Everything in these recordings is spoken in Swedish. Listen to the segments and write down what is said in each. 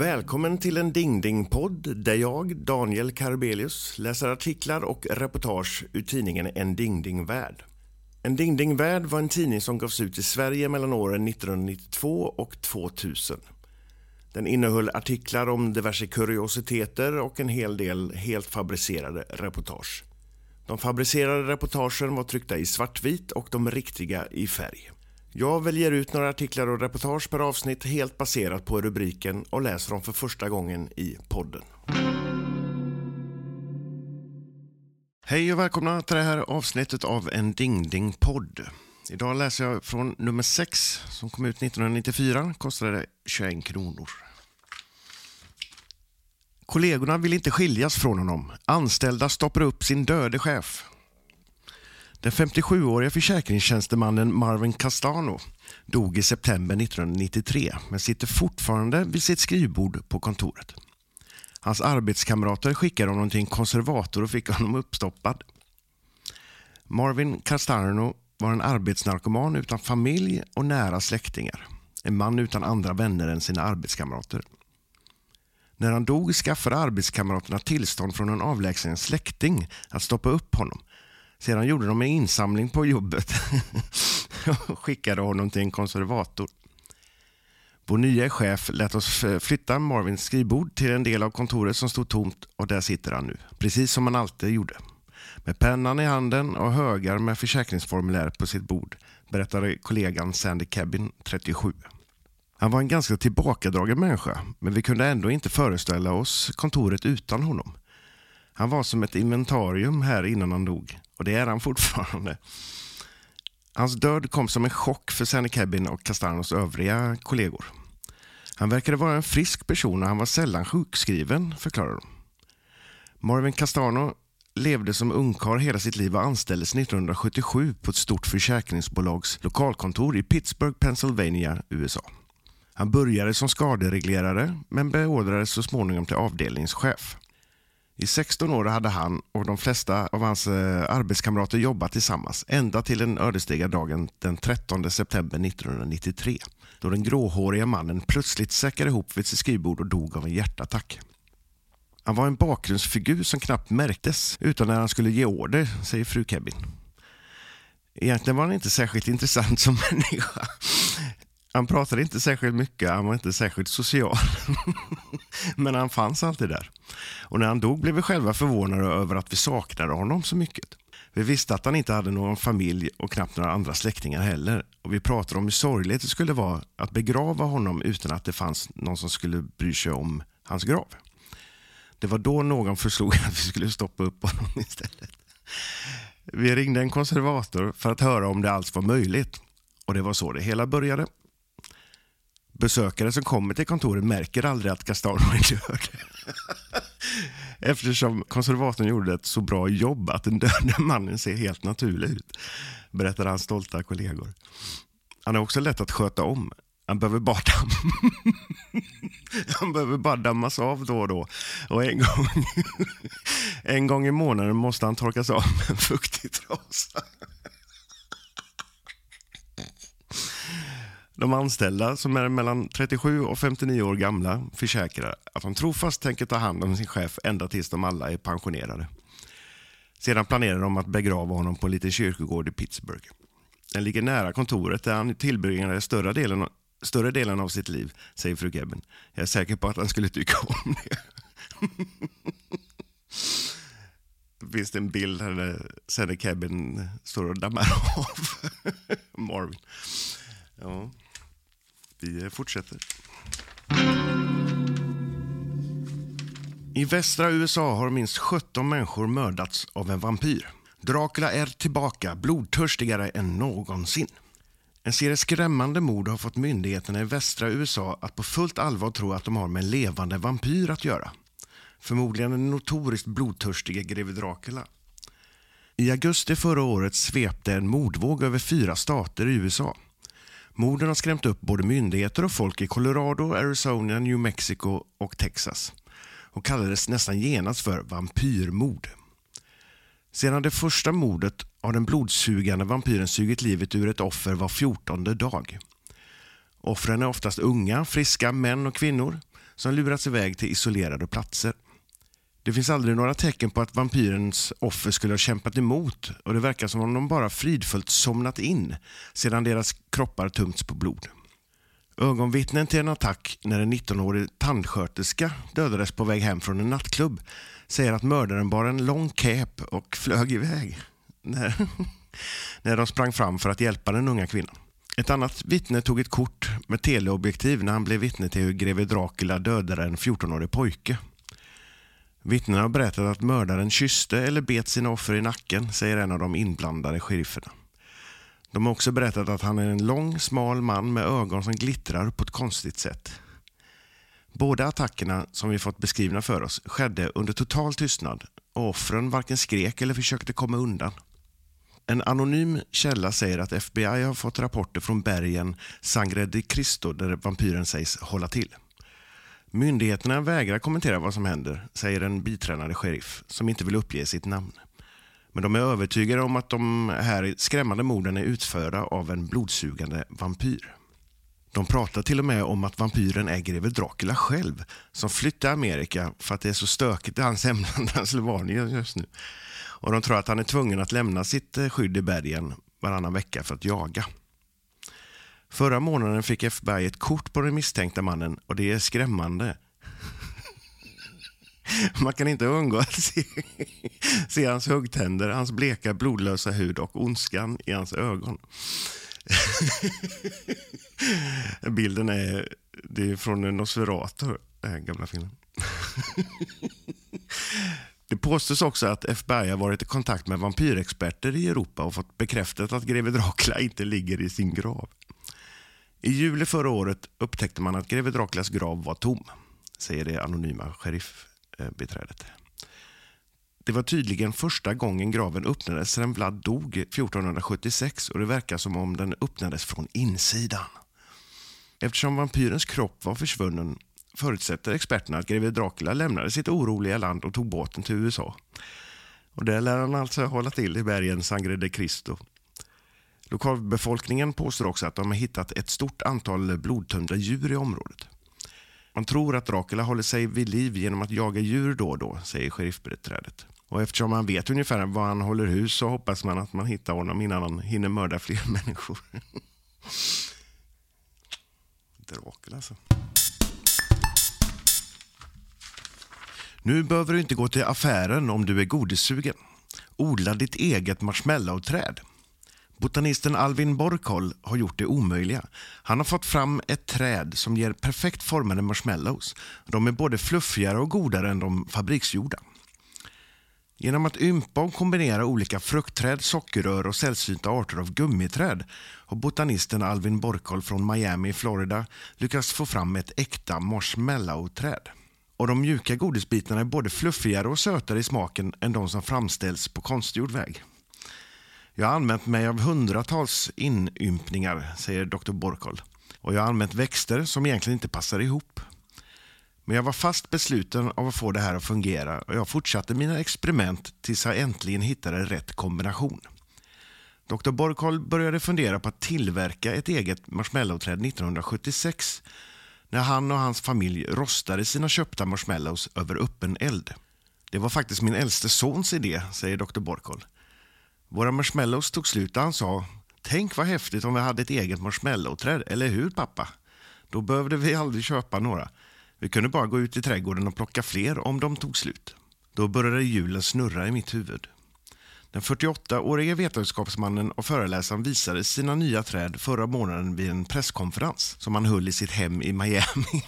Välkommen till en Ding-Ding-podd där jag, Daniel Karbelius, läser artiklar och reportage ur tidningen En Ding-Ding-värld. En Ding-Ding-värld var en tidning som gavs ut i Sverige mellan åren 1992 och 2000. Den innehöll artiklar om diverse kuriositeter och en hel del helt fabricerade reportage. De fabricerade reportagen var tryckta i svartvit och de riktiga i färg. Jag väljer ut några artiklar och reportage per avsnitt helt baserat på rubriken och läser dem för första gången i podden. Hej och välkomna till det här avsnittet av En Ding-Ding-podd. Idag läser jag från nummer 6 som kom ut 1994. Kostade 21 kronor. Kollegorna vill inte skiljas från honom. Anställda stoppar upp sin döde chef. Den 57-åriga försäkringstjänstemannen Marvin Castano dog i september 1993 men sitter fortfarande vid sitt skrivbord på kontoret. Hans arbetskamrater skickade honom till en konservator och fick honom uppstoppad. Marvin Castano var en arbetsnarkoman utan familj och nära släktingar. En man utan andra vänner än sina arbetskamrater. När han dog skaffade arbetskamraterna tillstånd från en avlägsen släkting att stoppa upp honom. Sedan gjorde de en insamling på jobbet och skickade honom till en konservator. Vår nya chef lät oss flytta Marvins skrivbord till en del av kontoret som stod tomt och där sitter han nu. Precis som han alltid gjorde. Med pennan i handen och högar med försäkringsformulär på sitt bord, berättade kollegan Sandy Cabin, 37. Han var en ganska tillbakadragen människa, men vi kunde ändå inte föreställa oss kontoret utan honom. Han var som ett inventarium här innan han dog, och det är han fortfarande. Hans död kom som en chock för Sandy Cabin och Castanos övriga kollegor. Han verkade vara en frisk person och han var sällan sjukskriven, förklarar de. Marvin Castano levde som ungkarl hela sitt liv och anställdes 1977 på ett stort försäkringsbolags lokalkontor i Pittsburgh, Pennsylvania, USA. Han började som skadereglerare men beordrades så småningom till avdelningschef. I 16 år hade han och de flesta av hans arbetskamrater jobbat tillsammans ända till den ödesdigra dagen den 13 september 1993 då den gråhåriga mannen plötsligt säckade ihop vid sitt skrivbord och dog av en hjärtattack. Han var en bakgrundsfigur som knappt märktes utan när han skulle ge order, säger fru Cabin. Egentligen var han inte särskilt intressant som människa. Han pratade inte särskilt mycket, han var inte särskilt social. Men han fanns alltid där. Och när han dog blev vi själva förvånade över att vi saknade honom så mycket. Vi visste att han inte hade någon familj och knappt några andra släktingar heller. Och vi pratade om hur sorgligt det skulle vara att begrava honom utan att det fanns någon som skulle bry sig om hans grav. Det var då någon förslog att vi skulle stoppa upp honom istället. Vi ringde en konservator för att höra om det alls var möjligt. Och det var så det hela började. Besökare som kommer till kontoret märker aldrig att Castano är död. Eftersom konservatorn gjorde ett så bra jobb att den döda mannen ser helt naturlig ut, berättar hans stolta kollegor. Han är också lätt att sköta om. Han behöver bara dammas av då och då. Och en gång i månaden måste han torkas av med en fuktig trasa. De anställda som är mellan 37 och 59 år gamla försäkrar att de trofast tänker ta hand om sin chef ända tills de alla är pensionerade. Sedan planerar de att begrava honom på en liten kyrkogård i Pittsburgh. Den ligger nära kontoret där han tillbringade större delen av sitt liv, säger fru Cabin. Jag är säker på att han skulle tycka om det. Det finns en bild där Sandy Cabin står och dammar av Marvin. Ja, vi fortsätter. I västra USA har minst 17 människor mördats av en vampyr. Dracula är tillbaka, blodtörstigare än någonsin. En serie skrämmande mord har fått myndigheterna i västra USA att på fullt allvar tro att de har med en levande vampyr att göra. Förmodligen en notoriskt blodtörstige greve Dracula. I augusti förra året svepte en mordvåg över 4 stater i USA. Morden har skrämt upp både myndigheter och folk i Colorado, Arizona, New Mexico och Texas och kallades nästan genast för vampyrmord. Sedan det första mordet har den blodsugande vampyren sugit livet ur ett offer var 14:e dag. Offren är oftast unga, friska män och kvinnor som lurats iväg till isolerade platser. Det finns aldrig några tecken på att vampyrens offer skulle ha kämpat emot, och det verkar som om de bara fridfullt somnat in sedan deras kroppar tömts på blod. Ögonvittnen till en attack när en 19-årig tandsköterska dödades på väg hem från en nattklubb säger att mördaren bar en lång käp och flög iväg när de sprang fram för att hjälpa den unga kvinnan. Ett annat vittne tog ett kort med teleobjektiv när han blev vittne till hur greve Dracula dödade en 14-årig pojke. Vittnena har berättat att mördaren kysste eller bet sina offer i nacken, säger en av de inblandade sherifferna. De har också berättat att han är en lång, smal man med ögon som glittrar på ett konstigt sätt. Båda attackerna som vi fått beskrivna för oss skedde under total tystnad, och offren varken skrek eller försökte komma undan. En anonym källa säger att FBI har fått rapporter från bergen Sangre de Cristo där vampyren sägs hålla till. Myndigheterna vägrar kommentera vad som händer, säger en biträdande sheriff som inte vill uppge sitt namn. Men de är övertygade om att de här skrämmande morden är utförda av en blodsugande vampyr. De pratar till och med om att vampyren är greve Dracula själv, som flyttar till Amerika för att det är så stökigt i hans hemland Transylvanien just nu. Och de tror att han är tvungen att lämna sitt skydd i bergen varannan vecka för att jaga. Förra månaden fick FBI ett kort på den misstänkta mannen, och det är skrämmande. Man kan inte undgå att se hans huggtänder, hans bleka blodlösa hud och ondskan i hans ögon. Bilden det är från Nosferatu, den här gamla filmen. Det påstås också att FBI har varit i kontakt med vampyrexperter i Europa och fått bekräftat att greve Dracula inte ligger i sin grav. I juli förra året upptäckte man att greve Draculas grav var tom, säger det anonyma sheriffbiträdet. Det var tydligen första gången graven öppnades sedan Vlad dog 1476, och det verkar som om den öppnades från insidan. Eftersom vampyrens kropp var försvunnen förutsätter experterna att greve Dracula lämnade sitt oroliga land och tog båten till USA. Och där lär han alltså hålla till i bergen Sangre de Cristo. Lokalbefolkningen påstår också att de har hittat ett stort antal blodtömda djur i området. Man tror att Dracula håller sig vid liv genom att jaga djur då och då, säger sheriffbiträdet. Och eftersom man vet ungefär var han håller hus så hoppas man att man hittar honom innan han hinner mörda fler människor. Dracula alltså. Nu behöver du inte gå till affären om du är godissugen. Odla ditt eget marshmallow-träd. Botanisten Alvin Borkholm har gjort det omöjliga. Han har fått fram ett träd som ger perfekt formade marshmallows. De är både fluffigare och godare än de fabriksgjorda. Genom att ympa och kombinera olika fruktträd, sockerrör och sällsynta arter av gummiträd har botanisten Alvin Borkholm från Miami, Florida lyckats få fram ett äkta marshmallow-träd. Och de mjuka godisbitarna är både fluffigare och sötare i smaken än de som framställs på konstgjord väg. Jag har använt mig av hundratals inympningar, säger Dr. Borkholm. Och jag har använt växter som egentligen inte passar ihop. Men jag var fast besluten av att få det här att fungera, och jag fortsatte mina experiment tills jag äntligen hittade rätt kombination. Dr. Borkholm började fundera på att tillverka ett eget marshmallowträd 1976 när han och hans familj rostade sina köpta marshmallows över öppen eld. Det var faktiskt min äldste sons idé, säger Dr. Borkholm. Våra marshmallows tog slut och han sa: tänk vad häftigt om vi hade ett eget marshmallowträd, eller hur pappa? Då behövde vi aldrig köpa några. Vi kunde bara gå ut i trädgården och plocka fler om de tog slut. Då började hjulen snurra i mitt huvud. Den 48-årige vetenskapsmannen och föreläsaren visade sina nya träd förra månaden vid en presskonferens som han höll i sitt hem i Miami.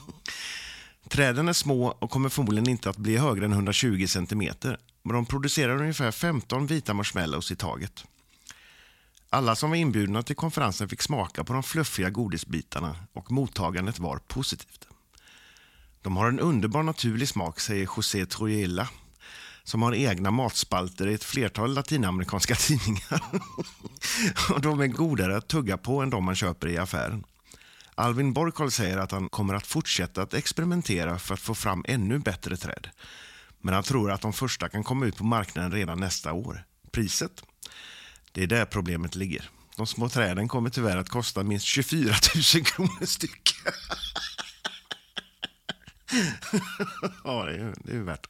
Träden är små och kommer förmodligen inte att bli högre än 120 cm. Men de producerar ungefär 15 vita marshmallows i taget. Alla som var inbjudna till konferensen fick smaka på de fluffiga godisbitarna och mottagandet var positivt. De har en underbar naturlig smak, säger José Trujella, som har egna matspalter i ett flertal latinamerikanska tidningar. Och de är godare att tugga på än de man köper i affären. Alvin Borkholm säger att han kommer att fortsätta att experimentera för att få fram ännu bättre träd. Men han tror att de första kan komma ut på marknaden redan nästa år. Priset? Det är där problemet ligger. De små träden kommer tyvärr att kosta minst 24 000 kronor styck. Ja, det är värt.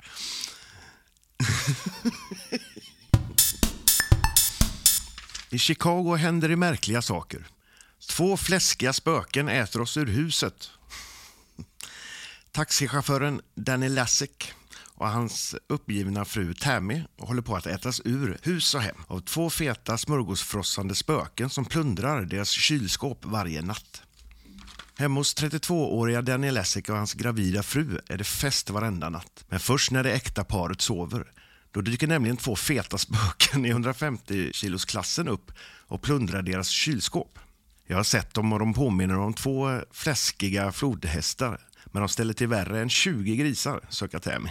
I Chicago händer det märkliga saker. 2 fläskiga spöken äter oss ur huset. Taxichauffören Danny Lassek och hans uppgivna fru Tammy håller på att ätas ur hus och hem av 2 feta smörgåsfrossande spöken som plundrar deras kylskåp varje natt. Hemma hos 32-åriga Danny Lassek och hans gravida fru är det fest varenda natt. Men först när det äkta paret sover. Då dyker nämligen 2 feta spöken i 150-kilosklassen upp och plundrar deras kylskåp. Jag har sett dem och de påminner om 2 fläskiga flodhästar. Men de ställer till värre än 20 grisar, söker Tammy.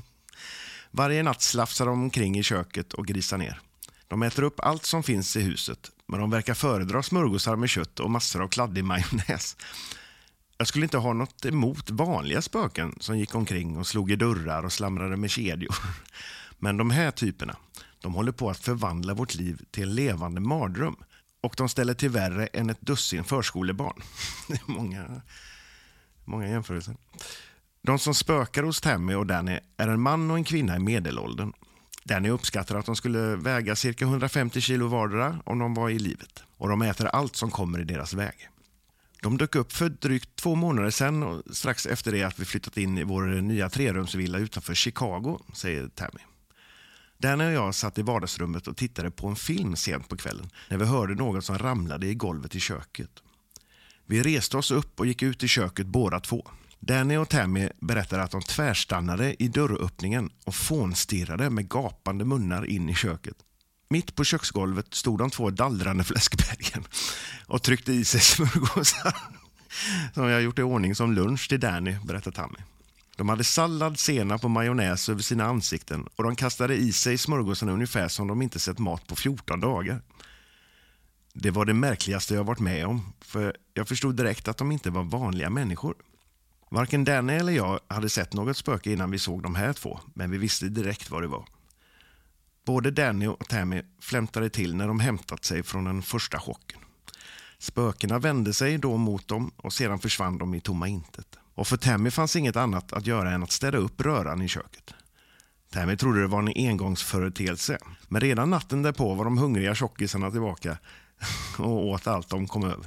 Varje natt slafsar de omkring i köket och grisar ner. De äter upp allt som finns i huset, men de verkar föredra smörgåsar med kött och massor av kladdig majonnäs. Jag skulle inte ha något emot vanliga spöken som gick omkring och slog i dörrar och slamrade med kedjor. Men de här typerna, de håller på att förvandla vårt liv till en levande mardröm. Och de ställer till värre än ett dussin förskolebarn. Det är många jämförelser. De som spökar hos Tammy och Danny är en man och en kvinna i medelåldern. Danny uppskattar att de skulle väga cirka 150 kilo vardera om de var i livet. Och de äter allt som kommer i deras väg. De dök upp för drygt 2 månader sedan och strax efter det att vi flyttat in i vår nya 3-rumsvilla utanför Chicago, säger Tammy. Danny och jag satt i vardagsrummet och tittade på en film sent på kvällen när vi hörde något som ramlade i golvet i köket. Vi reste oss upp och gick ut i köket båda 2. Danny och Tammy berättade att de tvärstannade i dörröppningen och fånstirrade med gapande munnar in i köket. Mitt på köksgolvet stod de 2 dallrande fläskbergen och tryckte i sig smörgåsar som jag gjort i ordning som lunch till Danny, berättar Tammy. De hade sallad, senap och majonnäs över sina ansikten och de kastade i sig smörgåsarna ungefär som de inte sett mat på 14 dagar. Det var det märkligaste jag varit med om, för jag förstod direkt att de inte var vanliga människor. Varken Danny eller jag hade sett något spöke innan vi såg de här 2, men vi visste direkt vad det var. Både Danny och Tammy flämtade till när de hämtat sig från den första chocken. Spökena vände sig då mot dem och sedan försvann de i tomma intet. Och för Tammy fanns inget annat att göra än att städa upp röran i köket. Tammy trodde det var en engångsföreteelse, men redan natten därpå var de hungriga tjockisarna tillbaka och åt allt de kom över.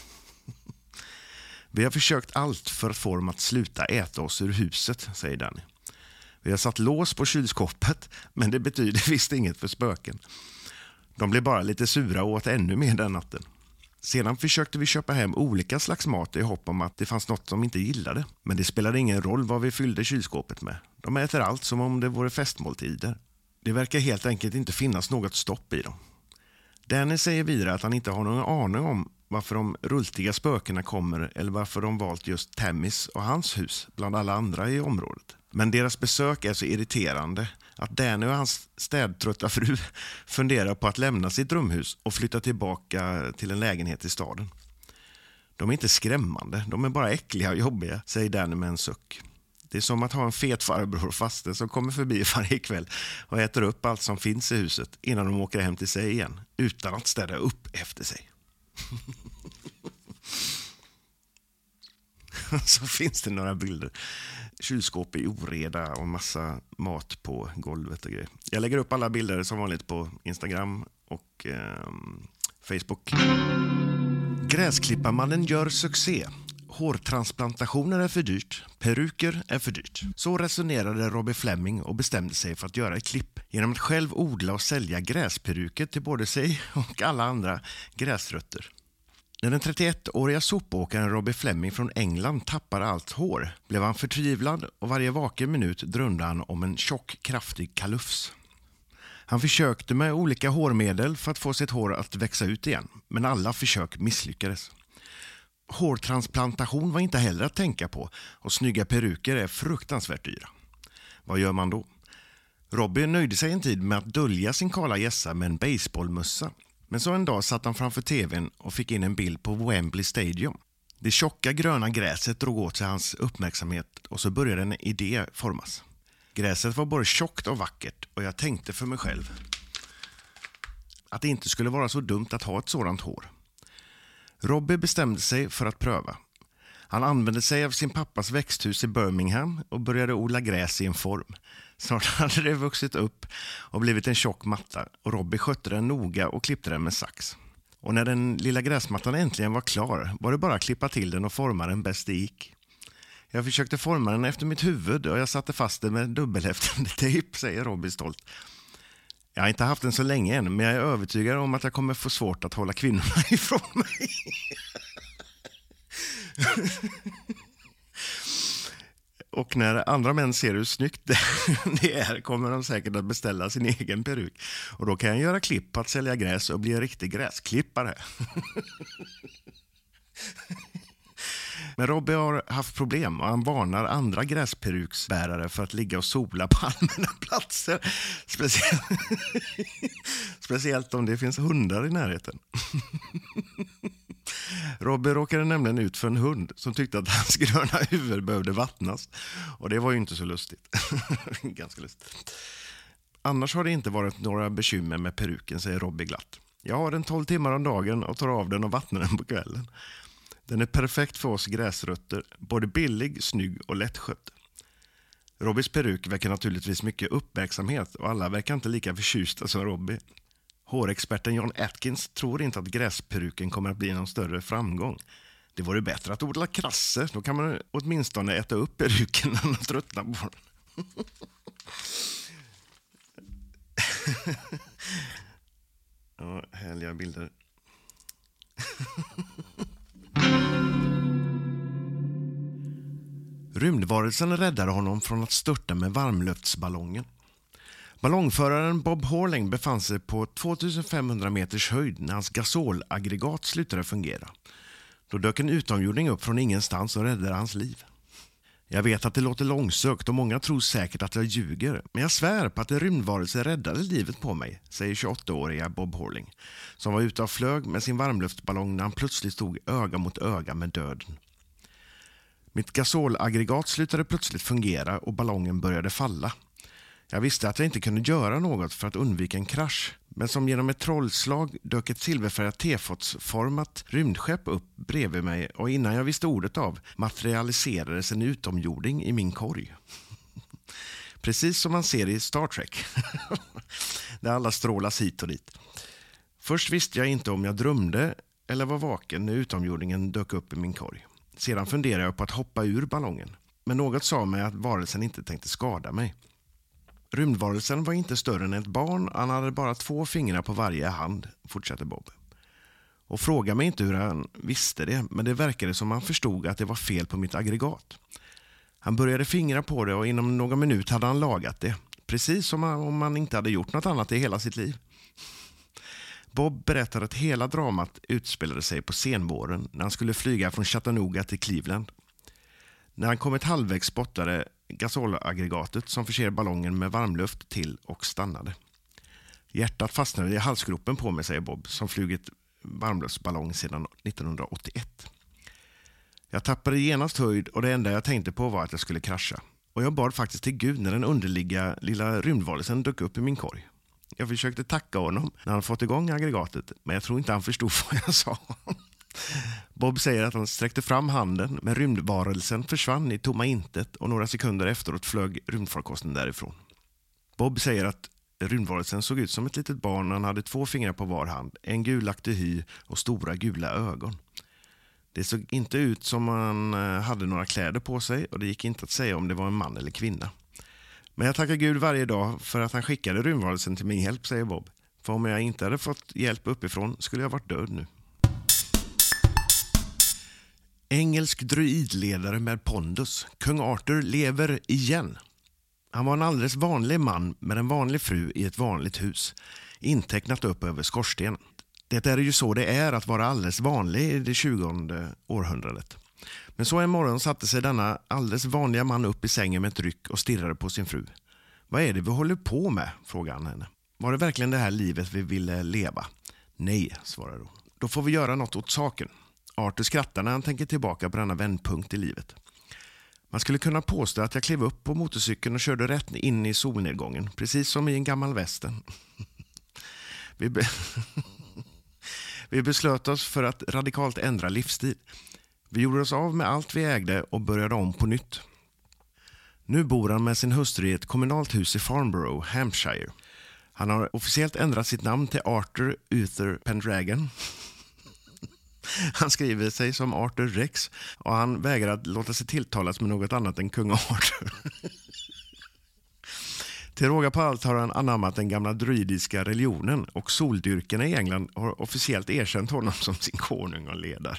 Vi har försökt allt för att få dem att sluta äta oss ur huset, säger Danny. Vi har satt lås på kylskåpet, men det betyder visst inget för spöken. De blev bara lite sura och åt ännu mer den natten. Sedan försökte vi köpa hem olika slags mat i hopp om att det fanns något som inte gillade. Men det spelade ingen roll vad vi fyllde kylskåpet med. De äter allt som om det vore festmåltider. Det verkar helt enkelt inte finnas något stopp i dem. Danny säger vidare att han inte har någon aning om varför de rultiga spökena kommer eller varför de valt just Tammys och hans hus bland alla andra i området. Men deras besök är så irriterande att Danny och hans städtrötta fru funderar på att lämna sitt drömhus och flytta tillbaka till en lägenhet i staden. De är inte skrämmande, de är bara äckliga och jobbiga, säger Danny med en suck. Det är som att ha en fet farbror faste som kommer förbi varje kväll och äter upp allt som finns i huset innan de åker hem till sig igen utan att städa upp efter sig. Så finns det några bilder. Kylskåp i oreda och massa mat på golvet och grejer. Jag lägger upp alla bilder som vanligt på Instagram och Facebook. Gräsklipparmannen gör succé. Hårtransplantationer är för dyrt, peruker är för dyrt. Så resonerade Robbie Fleming och bestämde sig för att göra ett klipp genom att själv odla och sälja gräsperuker till både sig och alla andra gräsrötter. När den 31-åriga sopåkaren Robbie Fleming från England tappade allt hår blev han förtvivlad och varje vaken minut drömde han om en tjock, kraftig kalufs. Han försökte med olika hårmedel för att få sitt hår att växa ut igen, men alla försök misslyckades. Hårtransplantation var inte heller att tänka på och snygga peruker är fruktansvärt dyra. Vad gör man då? Robbie nöjde sig en tid med att dölja sin kala gässa med en baseballmössa. Men så en dag satt han framför tvn och fick in en bild på Wembley Stadium. Det tjocka gröna gräset drog åt sig hans uppmärksamhet och så började en idé formas. Gräset var både tjockt och vackert och jag tänkte för mig själv att det inte skulle vara så dumt att ha ett sådant hår. Robbie bestämde sig för att pröva. Han använde sig av sin pappas växthus i Birmingham och började odla gräs i en form. Snart hade det vuxit upp och blivit en tjock matta och Robbie skötte den noga och klippte den med sax. Och när den lilla gräsmattan äntligen var klar var det bara att klippa till den och forma den bäst det gick. Jag försökte forma den efter mitt huvud och jag satte fast den med dubbelhäftande tejp, säger Robbie stolt. Jag har inte haft den så länge än, men jag är övertygad om att jag kommer få svårt att hålla kvinnorna ifrån mig. Och när andra män ser hur snyggt det är kommer de säkert att beställa sin egen peruk. Och då kan jag göra klipp på att sälja gräs och bli en riktig gräsklippare. Men Robbie har haft problem och han varnar andra gräsperuksbärare för att ligga och sola på allmänna platser. Speciellt om det finns hundar i närheten. Robbie råkade nämligen ut för en hund som tyckte att hans gröna huvud behövde vattnas. Och det var ju inte så lustigt. Ganska lustigt. Annars har det inte varit några bekymmer med peruken, säger Robbie glatt. Jag har den 12 timmar om dagen och tar av den och vattnar den på kvällen. Den är perfekt för oss gräsrötter, både billig, snygg och lättskött. Robbies peruk väcker naturligtvis mycket uppmärksamhet och alla verkar inte lika förtjusta som Robbie. Hårexperten John Atkins tror inte att gräsperuken kommer att bli någon större framgång. Det vore bättre att odla krasser, då kan man åtminstone äta upp peruken när man tröttnar på den. Ja, härliga bilder. Rymdvarelsen räddade honom från att störta med varmluftsballongen. Ballongföraren Bob Horling befann sig på 2500 meters höjd när hans gasolaggregat slutade fungera. Då dök en utomjording upp från ingenstans och räddade hans liv. Jag vet att det låter långsökt och många tror säkert att jag ljuger, men jag svär på att en rymdvarelse räddade livet på mig, säger 28-åriga Bob Horling, som var ute och flög med sin varmluftballong när han plötsligt stod öga mot öga med döden. Mitt gasolaggregat slutade plötsligt fungera och ballongen började falla. Jag visste att jag inte kunde göra något för att undvika en krasch, men som genom ett trollslag dök ett silverfärgat tefatsformat rymdskepp upp bredvid mig och innan jag visste ordet av materialiserades en utomjording i min korg. Precis som man ser i Star Trek, där alla strålas hit och dit. Först visste jag inte om jag drömde eller var vaken när utomjordingen dök upp i min korg. Sedan funderade jag på att hoppa ur ballongen, men något sa mig att varelsen inte tänkte skada mig. Rymdvarelsen var inte större än ett barn, han hade bara 2 fingrar på varje hand, fortsatte Bob. Och fråga mig inte hur han visste det, men det verkade som han förstod att det var fel på mitt aggregat. Han började fingra på det och inom någon minut hade han lagat det, precis som om han inte hade gjort något annat i hela sitt liv. Bob berättade att hela dramat utspelade sig på senvåren när han skulle flyga från Chattanooga till Cleveland. När han kommit halvvägs spottade gasolaggregatet som förser ballongen med varmluft till och stannade. Hjärtat fastnade i halsgropen på mig, säger Bob, som flugit varmluftsballong sedan 1981. Jag tappade genast höjd och det enda jag tänkte på var att jag skulle krascha. Och jag bad faktiskt till Gud när den underliga lilla rymdvarelsen dök upp i min korg. Jag försökte tacka honom när han fått igång aggregatet, men jag tror inte han förstod vad jag sa. Bob säger att han sträckte fram handen, men rymdvarelsen försvann i tomma intet och några sekunder efteråt flög rymdfarkosten därifrån. Bob säger att rymdvarelsen såg ut som ett litet barn när han hade 2 fingrar på var hand, en gulaktig hy och stora gula ögon. Det såg inte ut som han hade några kläder på sig och det gick inte att säga om det var en man eller kvinna. Men jag tackar Gud varje dag för att han skickade rymdvarelsen till min hjälp, säger Bob. För om jag inte hade fått hjälp uppifrån skulle jag varit död nu. Engelsk druidledare med pondus. Kung Arthur lever igen. Han var en alldeles vanlig man med en vanlig fru i ett vanligt hus, intecknat upp över skorstenen. Det är ju så det är att vara alldeles vanlig i det 20:e århundradet. Men så en morgon satte sig denna alldeles vanliga man upp i sängen med ett ryck och stirrade på sin fru. Vad är det vi håller på med? Frågade han henne. Var det verkligen det här livet vi ville leva? Nej, svarade hon. Då får vi göra något åt saken. Arthur skrattar när han tänker tillbaka på denna vändpunkt i livet. Man skulle kunna påstå att jag klev upp på motorcykeln och körde rätt in i solnedgången, precis som i en gammal västern. Vi beslöt oss för att radikalt ändra livsstil. Vi gjorde oss av med allt vi ägde och började om på nytt. Nu bor han med sin hustru i ett kommunalt hus i Farnborough, Hampshire. Han har officiellt ändrat sitt namn till Arthur Uther Pendragon. Han skriver sig som Arthur Rex och han vägrar att låta sig tilltalas med något annat än kung Arthur. Till råga på allt har han anammat den gamla druidiska religionen och soldyrkarna i England har officiellt erkänt honom som sin konung och ledare.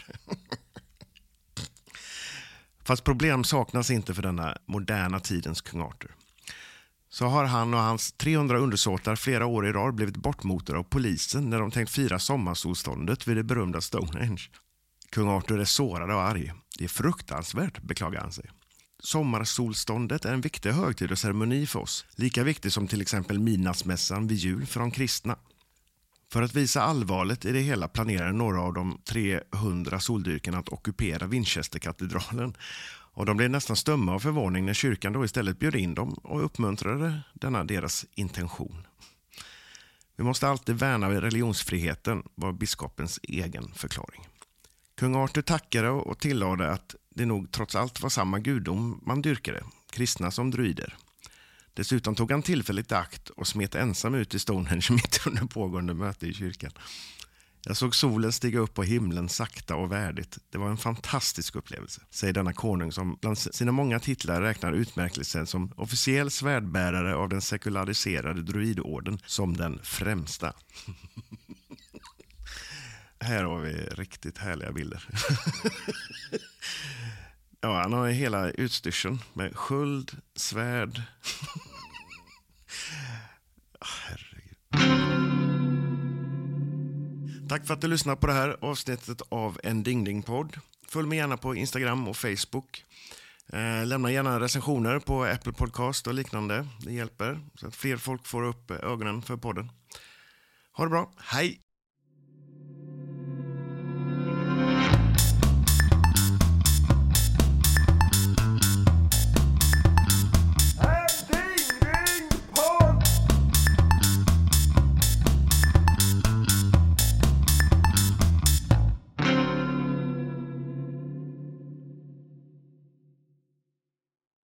Fast problem saknas inte för denna moderna tidens kung Arthur. Så har han och hans 300 undersåtar flera år i rad blivit bortmotade av polisen när de tänkt fira sommarsolståndet vid det berömda Stonehenge. Kung Arthur är sårad och arg. Det är fruktansvärt, beklagar han sig. Sommarsolståndet är en viktig högtid och ceremoni för oss. Lika viktig som till exempel midnattsmässan vid jul för de kristna. För att visa allvaret i det hela planerar några av de 300 soldyrkarna att ockupera Winchesterkatedralen. Och de blev nästan stumma av förvåning när kyrkan då istället bjöd in dem och uppmuntrade denna deras intention. Vi måste alltid värna religionsfriheten, var biskopens egen förklaring. Kung Arthur tackade och tillade att det nog trots allt var samma gudom man dyrkade, kristna som druider. Dessutom tog han tillfälligt akt och smet ensam ut i Stonehenge mitt under pågående möte i kyrkan. Jag såg solen stiga upp på himlen sakta och värdigt. Det var en fantastisk upplevelse, säger denna konung som bland sina många titlar räknar utmärkelsen som officiell svärdbärare av den sekulariserade druidorden som den främsta. Här har vi riktigt härliga bilder. Ja, han har hela utstyrseln med sköld, svärd. Herregud. Tack för att du lyssnar på det här avsnittet av En Ding Ding-podd. Följ mig gärna på Instagram och Facebook. Lämna gärna recensioner på Apple Podcast och liknande. Det hjälper så att fler folk får upp ögonen för podden. Ha det bra. Hej!